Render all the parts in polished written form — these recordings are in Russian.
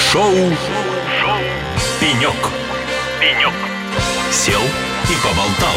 Пенек. Сел и поболтал.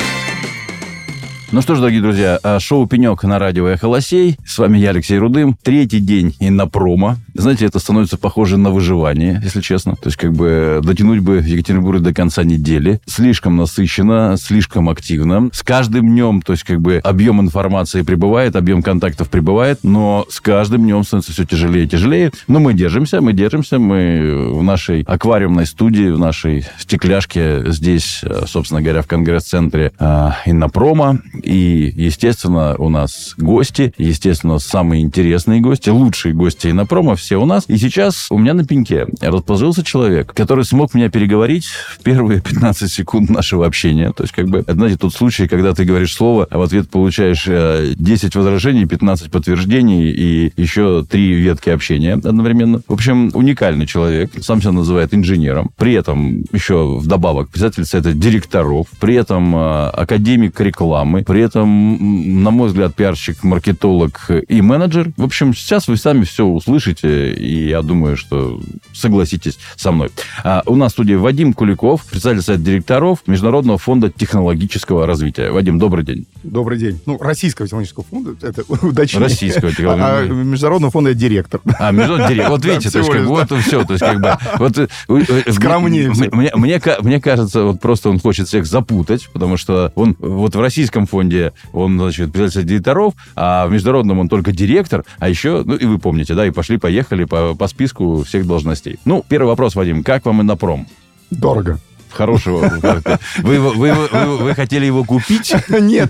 Ну что ж, дорогие друзья, шоу «Пенек» на радио «Эхо Лосей». С вами я, Алексей Рудым. Третий день иннопрома. Знаете, это становится похоже на выживание, если честно. То есть, как бы, дотянуть бы в Екатеринбурге до конца недели. Слишком насыщенно, слишком активно. С каждым днем, то есть, как бы, объем информации прибывает, объем контактов прибывает, но с каждым днем становится все тяжелее и тяжелее. Но мы держимся. Мы в нашей аквариумной студии, в нашей стекляшке здесь, собственно говоря, в конгресс-центре иннопрома. И, естественно, у нас гости, естественно, самые интересные гости, лучшие гости иннопрома, все у нас. И сейчас у меня на пеньке расположился человек, который смог меня переговорить в первые 15 секунд нашего общения. То есть, как бы, знаете, тот случай, когда ты говоришь слово, а в ответ получаешь 10 возражений, 15 подтверждений и еще 3 ветки общения одновременно. В общем, уникальный человек, сам себя называет инженером, при этом еще вдобавок председатель совета директоров, при этом академик рекламы, при этом, на мой взгляд, пиарщик, маркетолог и менеджер. В общем, сейчас вы сами все услышите, и я думаю, что согласитесь со мной. У нас в студии Вадим Куликов, председатель совета директоров Международного фонда технологического развития. Вадим, добрый день. Добрый день. Ну, Российского технологического фонда, это удачнее. Российского технологического фонда. Международного фонда я директор. Международный директор. Вот видите, то есть, как бы, вот все. То есть, как бы, вот, скромнее. Мне кажется, вот просто он хочет всех запутать, потому что он вот в российском фонде он, значит, председатель директоров, а в международном он только директор, а еще, ну, и вы помните, да, и пошли-поехали по списку всех должностей. Ну, первый вопрос, Вадим, как вам иннопром? Дорого. Хорошего. Вы хотели его купить? Нет,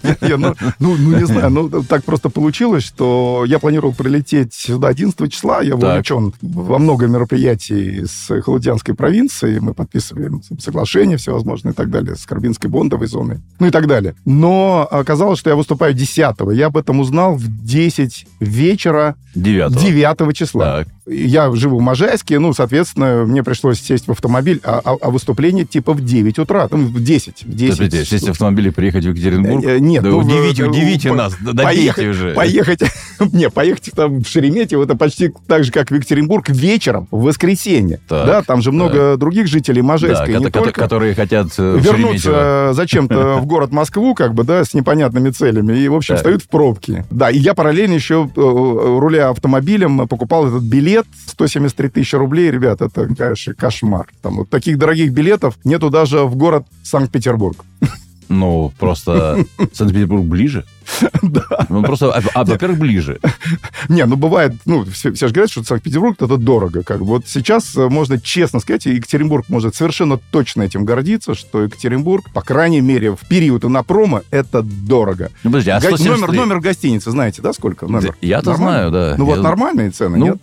не знаю. Так просто получилось, что я планировал прилететь сюда 11 числа. Я вовлечен во много мероприятий с Халудянской провинции. Мы подписывали соглашения всевозможные и так далее, с Карбинской бондовой зоной, ну и так далее. Но оказалось, что я выступаю 10-го. Я об этом узнал в 10 вечера 9 числа. Так. Я живу в Можайске, ну, соответственно, мне пришлось сесть в автомобиль, а выступление типа в 9 утра, там в 10. Подождите, сесть в автомобиле и приехать в Екатеринбург? Нет. Да удивите нас, добейте уже. Поехать там в Шереметьево, это почти так же, как в Екатеринбург, вечером, в воскресенье. Так, да, там же много других жителей Можайска, и не только, которые хотят вернуться зачем-то в город Москву, как бы, да, с непонятными целями, и, в общем, встают в пробки. Да, и я параллельно еще, руля автомобилем, покупал этот билет, 173 тысячи рублей, ребят, это, конечно, кошмар. Там вот таких дорогих билетов нету даже в город Санкт-Петербург. Ну, просто Санкт-Петербург ближе. Да. Ну, просто, во-первых, ближе. Не, ну, бывает, ну, все же говорят, что Санкт-Петербург это дорого. Как бы. Вот сейчас можно честно сказать, Екатеринбург может совершенно точно этим гордиться, что Екатеринбург, по крайней мере, в период иннопрома, это дорого. Ну, подожди, номер гостиницы, знаете, да, сколько? Номер? Я-то знаю, да. Ну, вот нормальные цены, нет?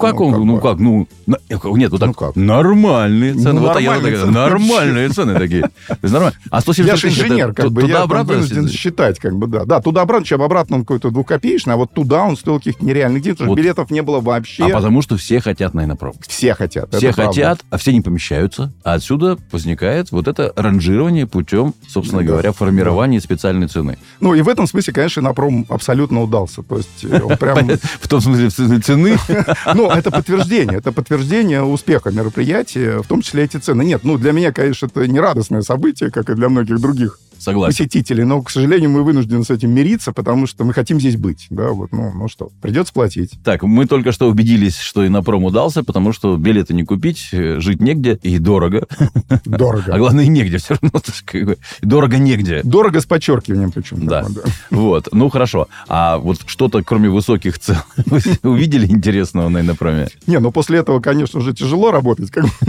Нет, вот так. Нормальные цены. Нормальные цены такие. А 170 я же инженер, как бы, я вынужден считать, как бы, да. Да, туда-обратно, чем обратно он какой-то двухкопеечный, а вот туда он стоил каких-то нереальных денег, потому что билетов не было вообще. А потому что все хотят на иннопром. Все хотят. Все хотят, а все не помещаются. А отсюда возникает вот это ранжирование путем, собственно говоря, формирования специальной цены. Ну, и в этом смысле, конечно, иннопром абсолютно удался. То есть он прям... В том смысле цены? Ну, это подтверждение успеха мероприятия, в том числе эти цены. Нет, ну, для меня, конечно, это не радостное событие, как и для многих других посетителей, но, к сожалению, мы вынуждены с этим мириться, потому что мы хотим здесь быть. Да, вот, ну что, придется платить. Так, мы только что убедились, что иннопром удался, потому что билеты не купить, жить негде и дорого. Дорого. А главное, негде все равно. Дорого негде. Дорого с подчеркиванием причем. Да. Вот, ну хорошо. А вот что-то, кроме высоких цен, вы увидели интересного на иннопроме? Не, ну после этого, конечно же, тяжело работать.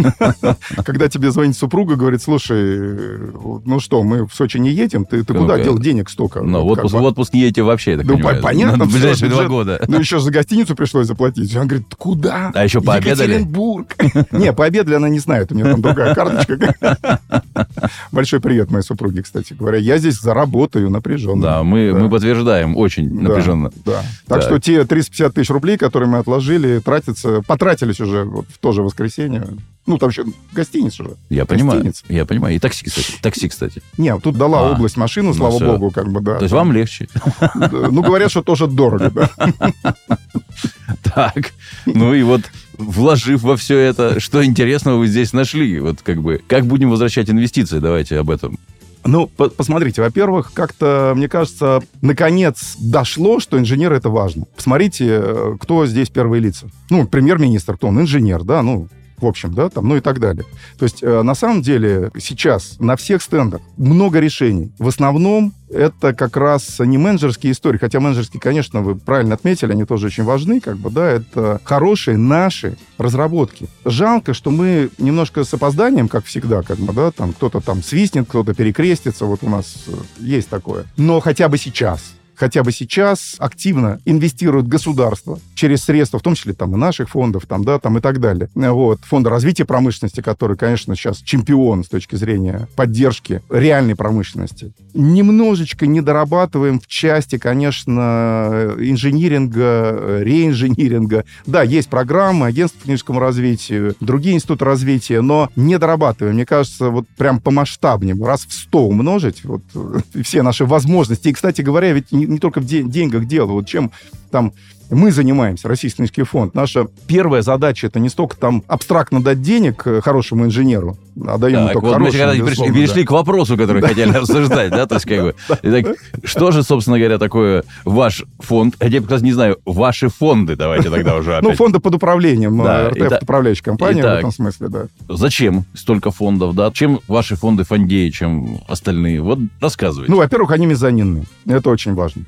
Когда тебе звонит супруга, говорит, слушай, ну что, мы в Сочи не едем, ты куда дел денег столько? Ну, в отпуск не едете вообще, я так понимаю. Понятно. В ближайшие 2 года. Ну, еще за гостиницу пришлось заплатить. Он говорит, куда? А еще пообедали? Екатеринбург. Не, пообедали она не знает, у меня там другая карточка. Большой привет моей супруге, кстати говоря. Я здесь заработаю напряженно. Да, мы подтверждаем, очень напряженно. Да. Так что те 350 тысяч рублей, которые мы отложили, потратились уже в то же воскресенье. Ну, там еще гостиница уже. Я понимаю. И такси, кстати. Не, тут дала область машину, слава богу, как бы, да. То есть вам легче? Ну, говорят, что тоже дорого, да. Так, ну и вот вложив во все это, что интересного вы здесь нашли? Вот как будем возвращать инвестиции? Давайте об этом. Ну, посмотрите, во-первых, как-то, мне кажется, наконец дошло, что инженеры — это важно. Посмотрите, кто здесь первые лица. Ну, премьер-министр, кто он? Инженер, да, ну, в общем, да, там, ну и так далее. То есть, на самом деле, сейчас на всех стендах много решений. В основном это как раз не менеджерские истории, хотя менеджерские, конечно, вы правильно отметили, они тоже очень важны, да, это хорошие наши разработки. Жалко, что мы немножко с опозданием, как всегда, да, там кто-то там свистнет, кто-то перекрестится, вот у нас есть такое. Но хотя бы сейчас активно инвестирует государство через средства, в том числе там и наших фондов, там, да, там и так далее. Вот. Фонда развития промышленности, который, конечно, сейчас чемпион с точки зрения поддержки реальной промышленности. Немножечко не дорабатываем в части, конечно, инжиниринга, реинжиниринга. Да, есть программы, агентство по техническому развитию, другие институты развития, но не дорабатываем. Мне кажется, вот прям помасштабнее, раз в 100 умножить вот, все наши возможности. И, кстати говоря, ведь не только в деньгах дело. Вот чем там мы занимаемся, Российский технический фонд. Наша первая задача — это не столько там абстрактно дать денег хорошему инженеру, а даем ему только хорошему. Мы перешли к вопросу, который хотели обсуждать, да, то есть Итак, что же, собственно говоря, такое ваш фонд? Я как раз не знаю, ваши фонды, давайте тогда уже опять. Ну, фонды под управлением РТФ, управляющая компания в этом смысле, да. Зачем столько фондов, да? Чем ваши фонды фондее, чем остальные? Вот рассказывайте. Ну, во-первых, они мезонинные. Это очень важно.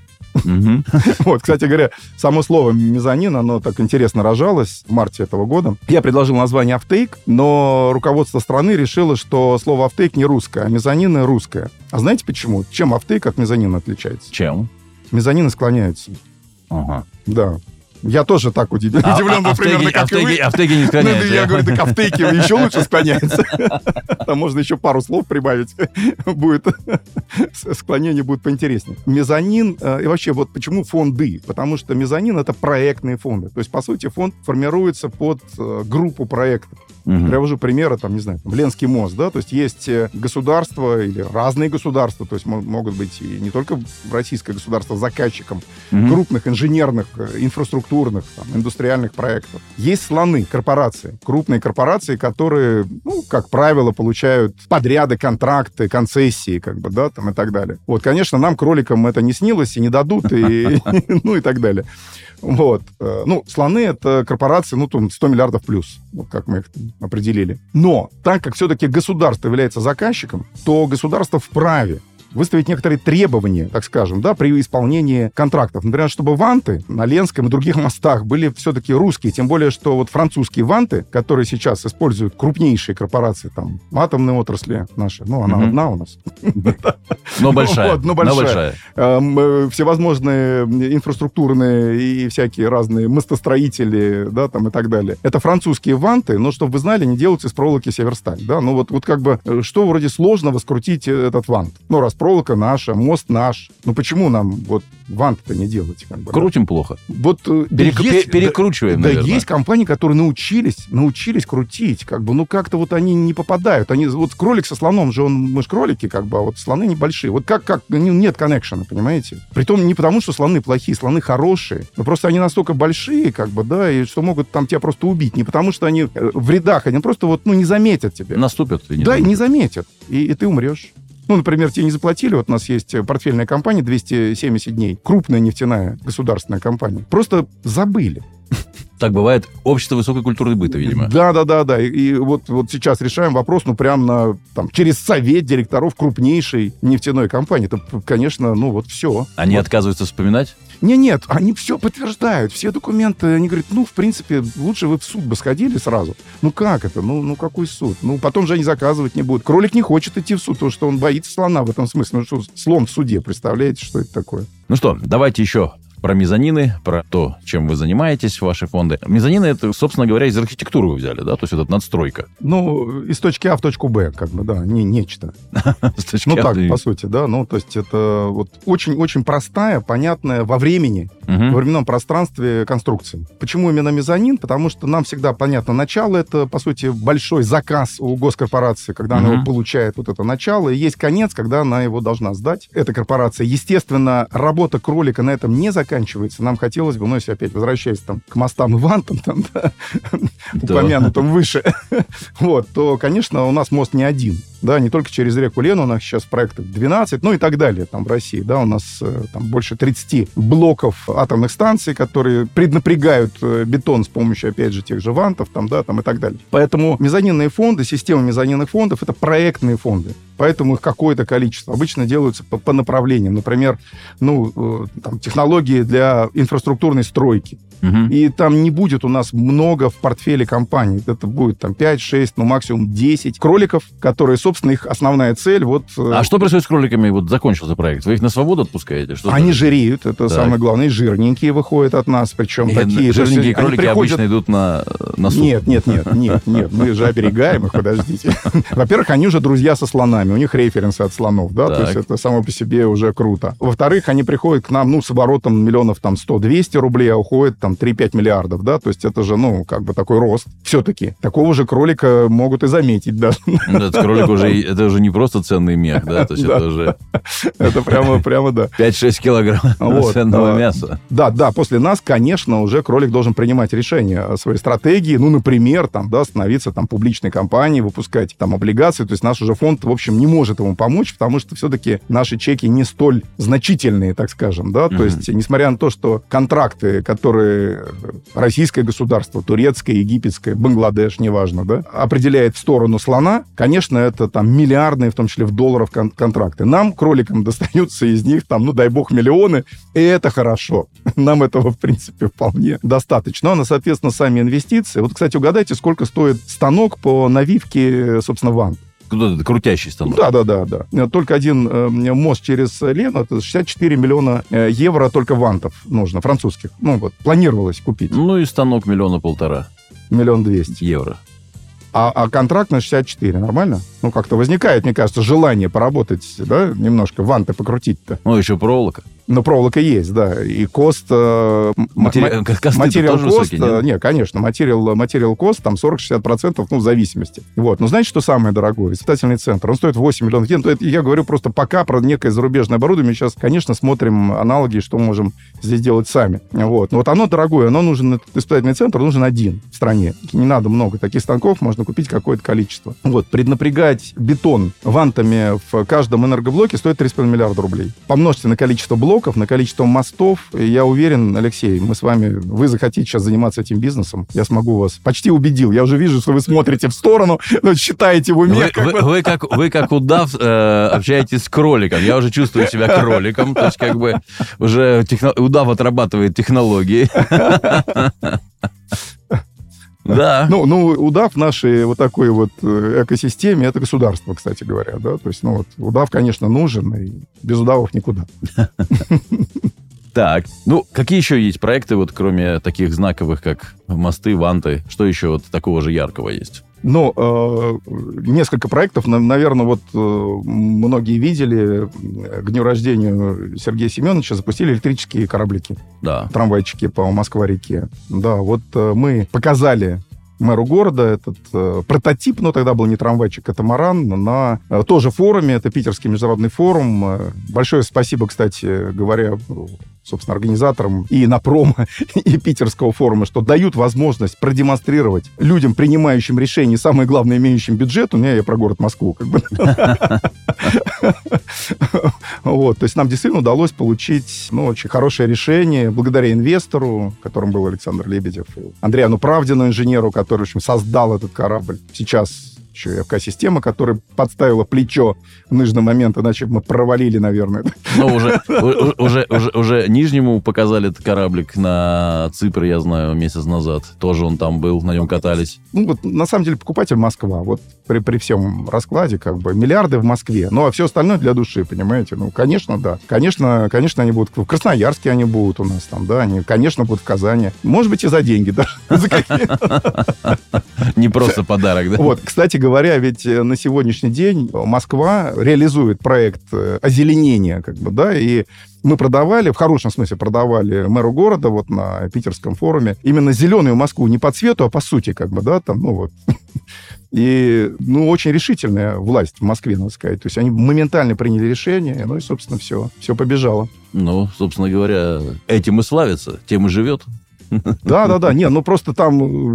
Вот, кстати говоря, само слово мезонин, оно так интересно рожалось в марте этого года. Я предложил название «Офтейк», но руководство страны решило, что слово «Офтейк» не русское, а мезонин русское. А знаете почему? Чем «Офтейк» от мезонина отличается? Чем? Мезонины склоняются. Ага. Да. Я тоже так удивлен, примерно, как и вы. Офтейки не склоняются. Я говорю, так офтейки еще лучше склоняются. Там можно еще пару слов прибавить. Будет склонение будет поинтереснее. Мезонин, и вообще, вот почему фонды? Потому что мезонин — это проектные фонды. То есть, по сути, фонд формируется под группу проектов. Привожу примеры, там, не знаю, Ленский мост, да, то есть есть государства или разные государства, то есть могут быть и не только российское государство заказчиком крупных инженерных, инфраструктурных, там, индустриальных проектов. Есть слоны, корпорации, крупные корпорации, которые, ну, как правило, получают подряды, контракты, концессии, да, там и так далее. Вот, конечно, нам, кроликам, это не снилось и не дадут, и, ну, и так далее. Вот. Ну, слоны — это корпорации, ну, там, 100 миллиардов плюс, вот как мы их определили. Но так как все-таки государство является заказчиком, то государство вправе выставить некоторые требования, так скажем, да, при исполнении контрактов. Например, чтобы ванты на Ленском и других мостах были все-таки русские, тем более, что вот французские ванты, которые сейчас используют крупнейшие корпорации, там, атомные отрасли наши, ну, она одна у нас. Но большая. Но большая. Всевозможные инфраструктурные и всякие разные мостостроители, да, там и так далее. Это французские ванты, но, чтобы вы знали, не делаются из проволоки Северсталь, да, ну, вот как бы, что вроде сложного скрутить этот вант? Ну, раз проволока наша, мост наш. Ну почему нам вот ванты-то не делать? Крутим да? Плохо. Вот перекручиваем, да, есть компании, которые научились крутить. Ну как-то вот они не попадают. Вот кролик со слоном же, мы же кролики, а вот слоны небольшие. Вот как нет коннекшена, понимаете? Притом не потому, что слоны плохие, слоны хорошие. Но просто они настолько большие, да, и что могут там тебя просто убить. Не потому, что они в рядах, они просто вот, не заметят тебя. Наступят. И не заметят. И ты умрешь. Ну, например, тебе не заплатили, вот у нас есть портфельная компания 270 дней, крупная нефтяная государственная компания. Просто забыли. Так бывает. Общество высокой культуры быта, видимо. Да. И вот сейчас решаем вопрос, прям через совет директоров крупнейшей нефтяной компании. Это, конечно, все. Они отказываются вспоминать? Нет, они все подтверждают, все документы. Они говорят, в принципе, лучше вы в суд бы сходили сразу. Как это? Какой суд? Потом же они заказывать не будут. Кролик не хочет идти в суд, потому что он боится слона в этом смысле. Что слон в суде, представляете, что это такое? Ну что, давайте еще про мезонины, про то, чем вы занимаетесь, ваши фонды. Мезонины — это, собственно говоря, из архитектуры вы взяли, да? То есть это надстройка. Из точки А в точку Б, нечто. По сути, да. То есть это вот очень-очень простая, понятная во времени, во временном пространстве конструкция. Почему именно мезонин? Потому что нам всегда понятно начало. Это, по сути, большой заказ у госкорпорации, когда она его получает, вот это начало. И есть конец, когда она его должна сдать. Эта корпорация. Естественно, работа кролика на этом не заканчивается. заканчивается. Нам хотелось бы, если опять возвращаясь там, к мостам и вантам, там, да, упомянутым выше, вот, то, конечно, у нас мост не один. Да, не только через реку Лену, у нас сейчас в проектах 12, ну и так далее там в России. Да, у нас там больше 30 блоков атомных станций, которые преднапрягают бетон с помощью, опять же, тех же вантов там, да, там и так далее. Поэтому мезонинные фонды, система мезонинных фондов — это проектные фонды. Поэтому их какое-то количество. Обычно делаются по направлениям. Например, там, технологии для инфраструктурной стройки. И там не будет у нас много в портфеле компаний. Это будет там 5, 6, ну максимум 10 кроликов, которые, собственно, их основная цель. Вот, а что происходит с кроликами? Вот закончился проект. Вы их на свободу отпускаете? Что они жиреют, это самое главное. Жирненькие выходят от нас, причем такие... Жирненькие кролики обычно идут на суп. Нет, мы же оберегаем их, подождите. Во-первых, они уже друзья со слонами, у них референсы от слонов, да, то есть это само по себе уже круто. Во-вторых, они приходят к нам, с оборотом миллионов там 100-200 рублей, а уходят там 3-5 миллиардов, да, то есть это же, как бы такой рост. Все-таки такого же кролика могут и заметить даже. Этот кролик это уже не просто ценный мех, да, то есть это уже... Это прямо, да. 5-6 килограмм ценного мяса. Да, после нас, конечно, уже кролик должен принимать решения о своей стратегии, например, там, да, становиться там публичной компанией, выпускать там облигации, то есть наш уже фонд, в общем, не может ему помочь, потому что все-таки наши чеки не столь значительные, так скажем, да, то есть, несмотря на то, что контракты, которые российское государство, турецкое, египетское, Бангладеш, неважно, да, определяет в сторону слона, конечно, это там миллиардные, в том числе в долларах, контракты. Нам, кроликам, достаются из них там, дай бог, миллионы, и это хорошо. Нам этого, в принципе, вполне достаточно. Но, соответственно, сами инвестиции. Вот, кстати, угадайте, сколько стоит станок по навивке, собственно, вант. Крутящий станок. Да. Только один мост через Лену, это 64 миллиона евро только вантов нужно, французских. Планировалось купить. И станок 1,5 миллиона. 1 200 000 евро. А контракт на 64, нормально? Как-то возникает, мне кажется, желание поработать, да, немножко ванты покрутить-то. Еще проволока. Проволока есть, да. И кост... Материал кост... Нет, конечно. Материал кост, там 40-60%, в зависимости. Вот. Но знаете, что самое дорогое? Испытательный центр. Он стоит 8 миллионов йен. Это я говорю просто пока про некое зарубежное оборудование. Сейчас, конечно, смотрим аналоги, что можем здесь делать сами. Вот. Но оно дорогое. Оно нужен, этот испытательный центр, нужен один в стране. Не надо много таких станков, можно купить какое-то количество. Вот. Преднапрягать бетон вантами в каждом энергоблоке стоит 3,5 миллиарда рублей. Помножьте на количество блоков, на количество мостов. И я уверен, Алексей, вы захотите сейчас заниматься этим бизнесом, я смогу вас... Почти убедил. Я уже вижу, что вы смотрите в сторону, считаете в уме. Вы как удав общаетесь с кроликом. Я уже чувствую себя кроликом. То есть уже удав отрабатывает технологии. Да. Удав в нашей вот такой вот экосистеме — это государство, кстати говоря, да. То есть, удав, конечно, нужен, и без удавов никуда. Так, какие еще есть проекты, кроме таких знаковых, как мосты, ванты? Что еще такого же яркого есть? Несколько проектов. Наверное, многие видели, к дню рождения Сергея Семеновича запустили электрические кораблики. Да. Трамвайчики по Москва-реке. Да, мы показали мэру города этот прототип, тогда был не трамвайчик, катамаран, на тоже форуме, это Питерский международный форум. Большое спасибо, кстати говоря, собственно, организаторам и Напрома, и Питерского форума, что дают возможность продемонстрировать людям, принимающим решения, самое главное, имеющим бюджет. Я про город Москву, Вот, то есть нам действительно удалось получить, очень хорошее решение благодаря инвестору, которым был Александр Лебедев, и Андрею Правдину, инженеру, который, в общем, создал этот корабль. Сейчас еще и ФК-система, которая подставила плечо в нужный момент, иначе мы провалили, наверное. Уже Нижнему показали этот кораблик на Ципре, я знаю, месяц назад. Тоже он там был, на нем катались. На самом деле, покупатель Москва. При всем раскладе, миллиарды в Москве. А все остальное для души, понимаете? Конечно, да. Конечно, они будут... В Красноярске они будут у нас там, да. Они, конечно, будут в Казани. Может быть, и за деньги даже. Не просто подарок, да? Кстати говоря, ведь на сегодняшний день Москва реализует проект озеленения, и мы продавали, в хорошем смысле продавали мэру города на Питерском форуме именно зеленую Москву, не по цвету, а по сути, И, очень решительная власть в Москве, надо сказать. То есть они моментально приняли решение, и, собственно, все побежало. Собственно говоря, этим и славится, тем и живет. Да. Просто там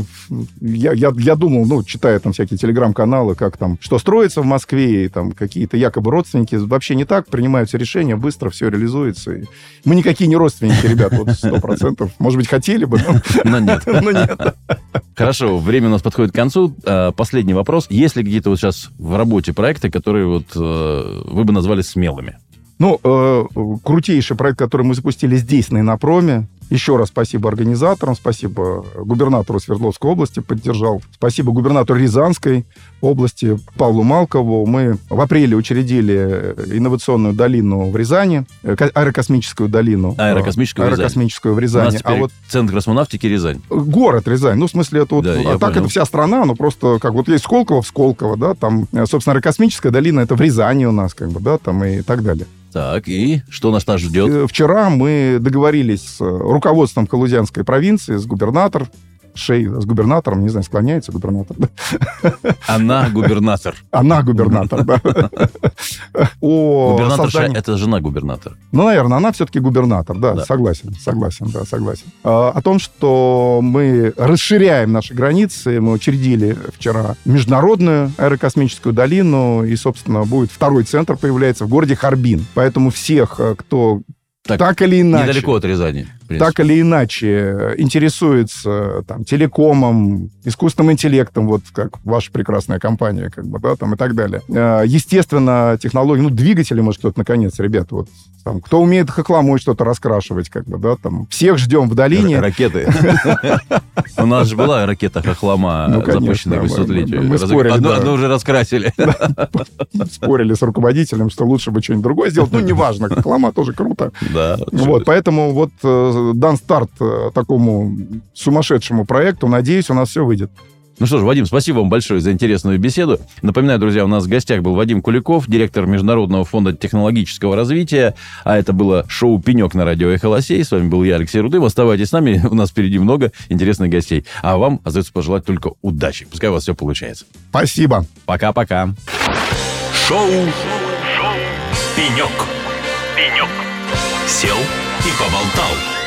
я думал, читая там всякие телеграм-каналы, как там, что строится в Москве, и там какие-то якобы родственники. Вообще не так, принимаются решения, быстро все реализуется. И мы никакие не родственники, ребят, 100%. Может быть, хотели бы, но нет. Но нет. Хорошо, время у нас подходит к концу. Последний вопрос. Есть ли какие-то сейчас в работе проекты, которые вы бы назвали смелыми? Крутейший проект, который мы запустили здесь, на Иннопроме. Еще раз спасибо организаторам, спасибо губернатору Свердловской области, поддержал. Спасибо губернатору Рязанской области Павлу Малкову. Мы в апреле учредили инновационную долину в Рязани, аэрокосмическую долину. Аэрокосмическую в Рязани. У нас теперь Центр космонавтики Рязань. Город Рязань. В смысле, это так это вся страна, но просто как есть Сколково, да, там, собственно, аэрокосмическая долина, это в Рязани у нас, там и так далее. Так, и что нас ждет? Вчера мы договорились с руководством Халудянской провинции, с губернатором, не знаю, склоняется губернатор. Да? Она губернатор. Она губернатор, да. Губернаторша — это жена губернатора. Наверное, она все-таки губернатор, да. Согласен. О том, что мы расширяем наши границы, мы учредили вчера международную аэрокосмическую долину, и, собственно, будет второй центр появляется в городе Харбин. Поэтому всех, кто так или иначе... Недалеко от Рязани. Так или иначе интересуется телекомом, искусственным интеллектом, как ваша прекрасная компания, и так далее. Естественно, технологии, двигатели, может, кто-то наконец, ребят, кто умеет хохломой что-то раскрашивать, всех ждем в долине. Ракеты. У нас же была ракета хохлома, запущенная к 800-летию. Мы спорили, одну уже раскрасили. Спорили с руководителем, что лучше бы что-нибудь другое сделать. Неважно, хохлома тоже круто. Да. Поэтому дан старт такому сумасшедшему проекту. Надеюсь, у нас все выйдет. Ну что ж, Вадим, спасибо вам большое за интересную беседу. Напоминаю, друзья, у нас в гостях был Вадим Куликов, директор Международного фонда технологического развития. А это было шоу «Пенек» на радио «Эхо Лосей». С вами был я, Алексей Рудым. Оставайтесь с нами, у нас впереди много интересных гостей. А вам остается пожелать только удачи. Пускай у вас все получается. Спасибо. Пока-пока. Шоу «Пенек». Сел и поболтал.